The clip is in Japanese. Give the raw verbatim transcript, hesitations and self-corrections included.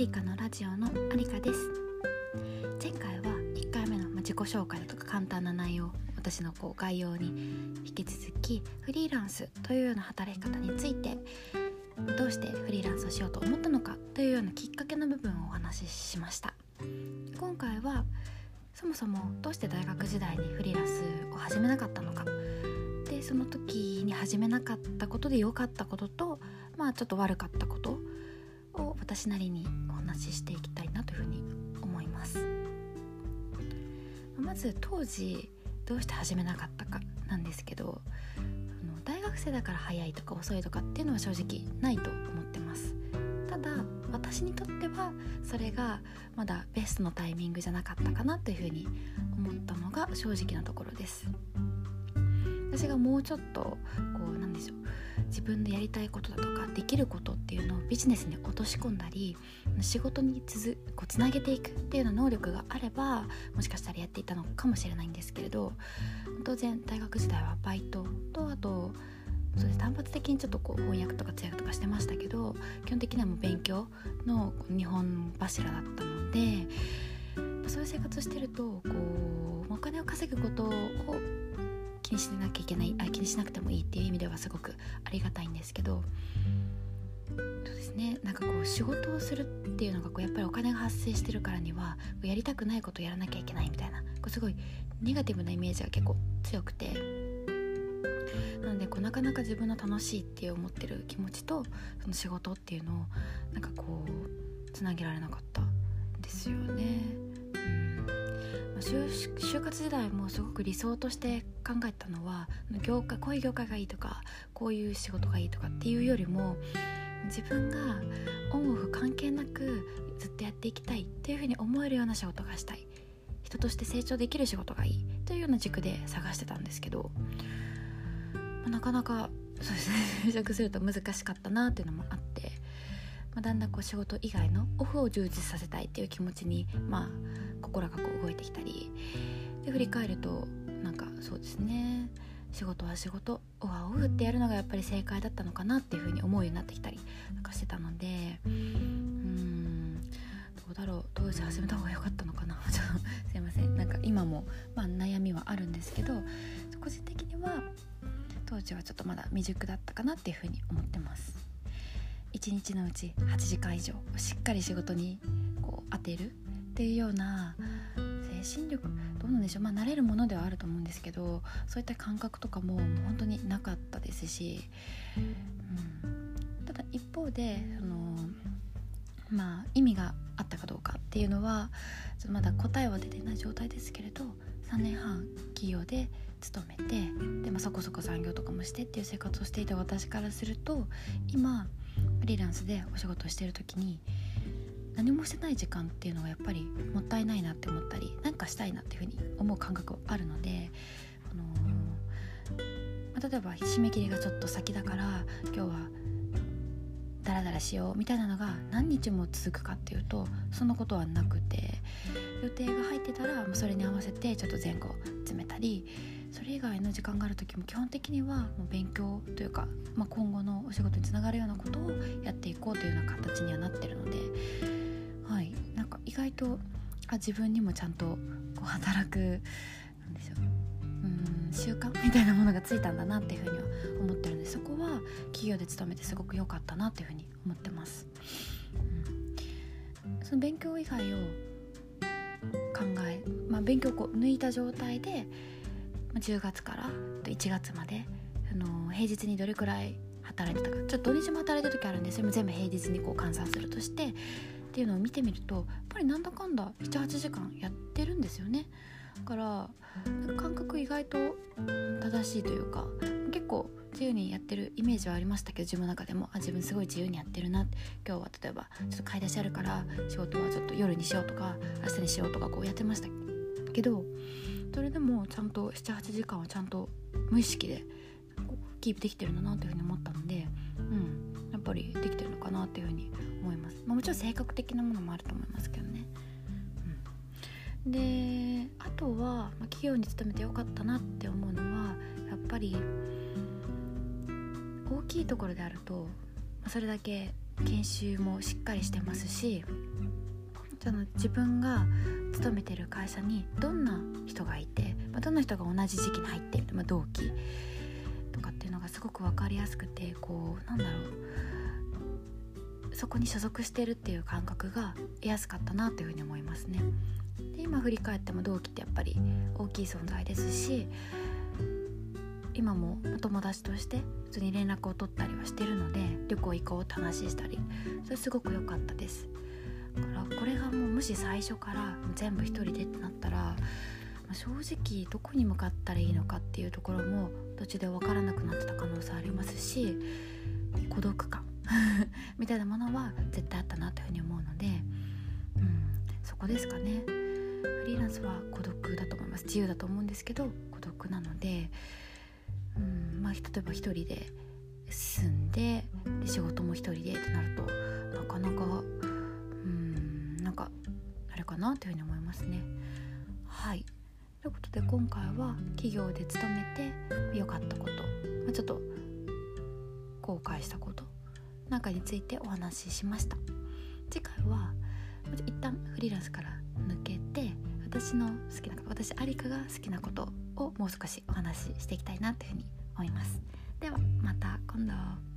リカのラジオのアリカです。前回はいっかいめの自己紹介とか簡単な内容、私のこう概要に引き続きフリーランスというような働き方について、どうしてフリーランスをしようと思ったのかというようなきっかけの部分をお話ししました。今回はそもそもどうして大学時代にフリーランスを始めなかったのか、でその時に始めなかったことで良かったことと、まあちょっと悪かったことを私なりにお話ししていきたいなというふうに思います。まず当時どうして始めなかったかなんですけど、あの大学生だから早いとか遅いとかっていうのは正直ないと思ってます。ただ私にとってはそれがまだベストのタイミングじゃなかったかなというふうに思ったのが正直なところです。私がもうちょっとこうなんでしょう、自分でやりたいことだとかできることっていうのをビジネスに落とし込んだり、仕事につづこうつなげていくっていうような能力があれば、もしかしたらやっていたのかもしれないんですけれど、当然大学時代はバイトと、あとそうです単発的にちょっとこう翻訳とか通訳とかしてましたけど、基本的にはもう勉強の日本柱だったので、そういう生活をしてるとこうお金を稼ぐことを気にしなきゃいけない、あ気にしなくてもいいっていう意味ではすごくありがたいんですけど、そうですね、なんかこう仕事をするっていうのがこうやっぱりお金が発生してるからにはやりたくないことをやらなきゃいけないみたいな、こうすごいネガティブなイメージが結構強くて、なのでこうなかなか自分の楽しいって思ってる気持ちとその仕事っていうのをなんかこうつなげられなかったんですよね。就, 就活時代もすごく理想として考えたのは、業界こういう業界がいいとかこういう仕事がいいとかっていうよりも、自分がオンオフ関係なくずっとやっていきたいっていうふうに思えるような仕事がしたい、人として成長できる仕事がいいというような軸で探してたんですけど、まあ、なかなかそうですね就職すると難しかったなっていうのもあって、まあ、だんだんこう仕事以外のオフを充実させたいっていう気持ちに、まあ、心がこう動いてきたりで、振り返るとなんかそうですね、仕事は仕事、オフはオフってやるのがやっぱり正解だったのかなっていうふうに思うようになってきたりなんかしてたので、うーんどうだろう、当時始めた方が良かったのかなちょっとすいません、なんか今も、まあ、悩みはあるんですけど、個人的には当時はちょっとまだ未熟だったかなっていうふうに思ってます。いちにちのうちはちじかん以上しっかり仕事にこう当てるっていうような精神力、どうなんでしょう、まあ慣れるものではあると思うんですけど、そういった感覚とかも本当になかったですし、うん、ただ一方でそのまあ意味があったかどうかっていうのはまだ答えは出ていない状態ですけれど、さんねんはん企業で勤めて、で、まあ、そこそこ残業とかもしてっていう生活をしていた私からすると、今フリーランスでお仕事をしている時に何もしてない時間っていうのがやっぱりもったいないなって思ったり、なんかしたいなっていうふうに思う感覚はあるので、あのーまあ、例えば締め切りがちょっと先だから今日はダラダラしようみたいなのが何日も続くかっていうと、そんなことはなくて、予定が入ってたらそれに合わせてちょっと前後詰めたり、それ以外の時間がある時も基本的にはもう勉強というか、まあ、今後のお仕事につながるようなことをやっていこうというような形にはなってるので、はい、なんか意外とあ自分にもちゃんとこう働くなんでしょう、うーん習慣みたいなものがついたんだなっていうふうには思ってるんで、そこは企業で勤めてすごく良かったなっていうふうに思ってます、うん、その勉強以外を考え、まあ、勉強をこう抜いた状態でじゅうがつからいちがつまであの平日にどれくらい働いてたか、ちょっと土日も働いてる時あるんで、それも全部平日にこう換算するとしてっていうのを見てみると、やっぱりなんだかんだななはちじかんやってるんですよね。だから感覚意外と正しいというか、結構自由にやってるイメージはありましたけど、自分の中でもあ自分すごい自由にやってるな、今日は例えばちょっと買い出しあるから仕事はちょっと夜にしようとか明日にしようとかこうやってましたけど、それでもちゃんとななはちじかんはちゃんと無意識でキープできてるんだなというふうに思ったので、うん、やっぱりできてるのかなというふうに思います、まあ、もちろん性格的なものもあると思いますけどね、うん、であとは、まあ、企業に勤めてよかったなって思うのは、やっぱり大きいところであると、まあ、それだけ研修もしっかりしてますし、 じゃあ自分が勤めてる会社にどんな人がいて、まあ、どんな人が同じ時期に入っている、まあ、同期とかっていうのがすごく分かりやすくて、こうなんだろう、そこに所属してるっていう感覚が得やすかったなというふうに思いますね。で今振り返っても同期ってやっぱり大きい存在ですし、今もお友達として普通に連絡を取ったりはしてるので、旅行行こうって話したり、それすごく良かったです。だからこれがもうもし最初から全部一人でってなったら、まあ、正直どこに向かったらいいのかっていうところも途中で分からなくなってた可能性ありますし、孤独感みたいなものは絶対あったなというふうに思うので、うん、そこですかね。フリーランスは孤独だと思います。自由だと思うんですけど孤独なので、うんまあ、例えば一人で住んで、で仕事も一人でってなるとなかなかうんなんかあれかなというふうに思いますね。はい、ということで今回は企業で勤めて良かったこと、まあ、ちょっと後悔したことなんかについてお話ししました。次回は一旦フリーランスから抜けて、私の好きなこと、私アリカが好きなことをもう少しお話ししていきたいなというふうに思います。ではまた今度。